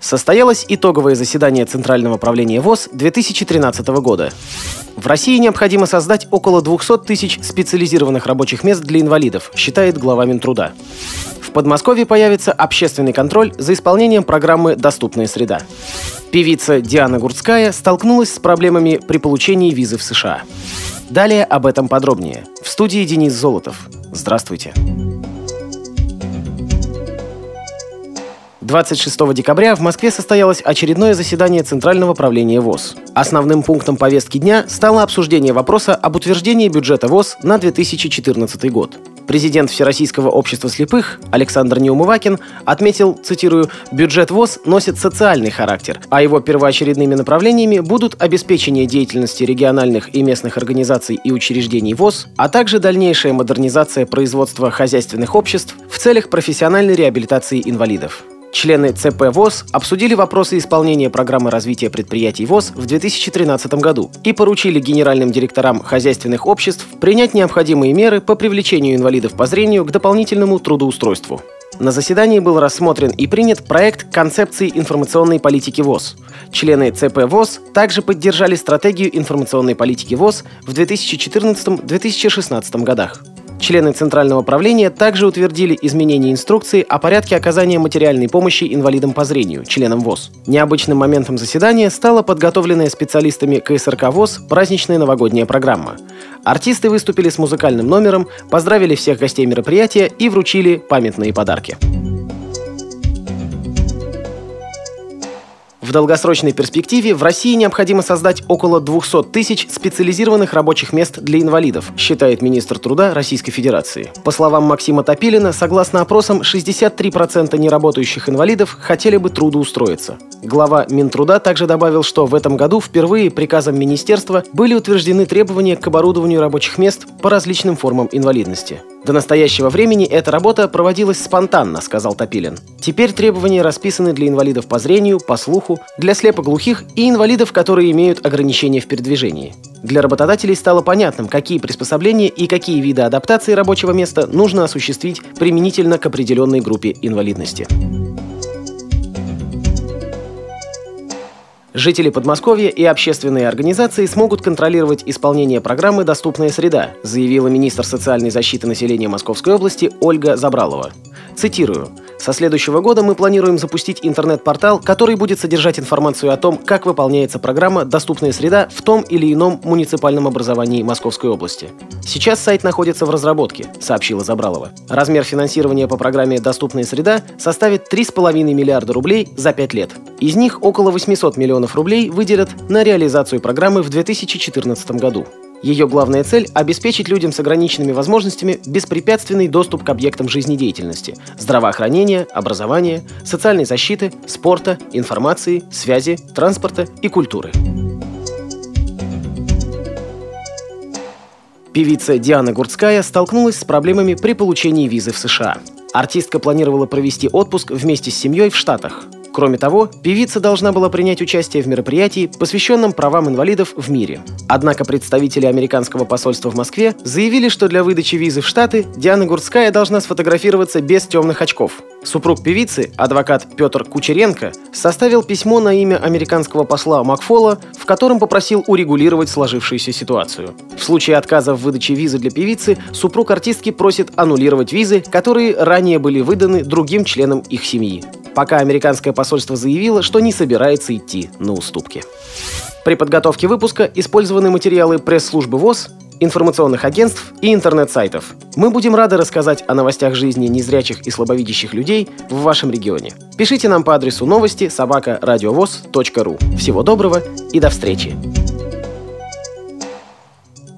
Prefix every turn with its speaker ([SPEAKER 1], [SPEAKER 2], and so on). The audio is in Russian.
[SPEAKER 1] Состоялось итоговое заседание Центрального правления ВОС 2013 года. В России необходимо создать около 200 тысяч специализированных рабочих мест для инвалидов, считает глава Минтруда. В Подмосковье появится общественный контроль за исполнением программы «Доступная среда». Певица Диана Гурцкая столкнулась с проблемами при получении визы в США. Далее об этом подробнее. В студии Денис Золотов. Здравствуйте. 26 декабря в Москве состоялось очередное заседание Центрального правления ВОС. Основным пунктом повестки дня стало обсуждение вопроса об утверждении бюджета ВОС на 2014 год. Президент Всероссийского общества слепых Александр Неумывакин отметил, цитирую, «Бюджет ВОС носит социальный характер, а его первоочередными направлениями будут обеспечение деятельности региональных и местных организаций и учреждений ВОС, а также дальнейшая модернизация производства хозяйственных обществ в целях профессиональной реабилитации инвалидов». Члены ЦП ВОС обсудили вопросы исполнения программы развития предприятий ВОС в 2013 году и поручили генеральным директорам хозяйственных обществ принять необходимые меры по привлечению инвалидов по зрению к дополнительному трудоустройству. На заседании был рассмотрен и принят проект концепции информационной политики ВОС. Члены ЦП ВОС также поддержали стратегию информационной политики ВОС в 2014-2016 годах. Члены Центрального правления также утвердили изменение инструкции о порядке оказания материальной помощи инвалидам по зрению, членам ВОС. Необычным моментом заседания стала подготовленная специалистами КСРК ВОС праздничная новогодняя программа. Артисты выступили с музыкальным номером, поздравили всех гостей мероприятия и вручили памятные подарки. В долгосрочной перспективе в России необходимо создать около 200 тысяч специализированных рабочих мест для инвалидов, считает министр труда Российской Федерации. По словам Максима Топилина, согласно опросам, 63% неработающих инвалидов хотели бы трудоустроиться. Глава Минтруда также добавил, что в этом году впервые приказом министерства были утверждены требования к оборудованию рабочих мест по различным формам инвалидности. До настоящего времени эта работа проводилась спонтанно, сказал Топилин. Теперь требования расписаны для инвалидов по зрению, по слуху, для слепоглухих и инвалидов, которые имеют ограничения в передвижении. Для работодателей стало понятным, какие приспособления и какие виды адаптации рабочего места нужно осуществить применительно к определенной группе инвалидности. Жители Подмосковья и общественные организации смогут контролировать исполнение программы «Доступная среда», заявила министр социальной защиты населения Московской области Ольга Забралова. Цитирую. «Со следующего года мы планируем запустить интернет-портал, который будет содержать информацию о том, как выполняется программа «Доступная среда» в том или ином муниципальном образовании Московской области. Сейчас сайт находится в разработке», — сообщила Забралова. Размер финансирования по программе «Доступная среда» составит 3,5 миллиарда рублей за 5 лет. Из них около 800 миллионов рублей выделят на реализацию программы в 2014 году. Ее главная цель – обеспечить людям с ограниченными возможностями беспрепятственный доступ к объектам жизнедеятельности, здравоохранения, образования, социальной защиты, спорта, информации, связи, транспорта и культуры. Певица Диана Гурцкая столкнулась с проблемами при получении визы в США. Артистка планировала провести отпуск вместе с семьей в Штатах. Кроме того, певица должна была принять участие в мероприятии, посвященном правам инвалидов в мире. Однако представители американского посольства в Москве заявили, что для выдачи визы в Штаты Диана Гурцкая должна сфотографироваться без темных очков. Супруг певицы, адвокат Петр Кучеренко, составил письмо на имя американского посла Макфола, в котором попросил урегулировать сложившуюся ситуацию. В случае отказа в выдаче визы для певицы, супруг артистки просит аннулировать визы, которые ранее были выданы другим членам их семьи. Пока американское посольство заявило, что не собирается идти на уступки. При подготовке выпуска использованы материалы пресс-службы ВОС, информационных агентств и интернет-сайтов. Мы будем рады рассказать о новостях жизни незрячих и слабовидящих людей в вашем регионе. Пишите нам по адресу новости@радиовос.ру. Всего доброго и до встречи!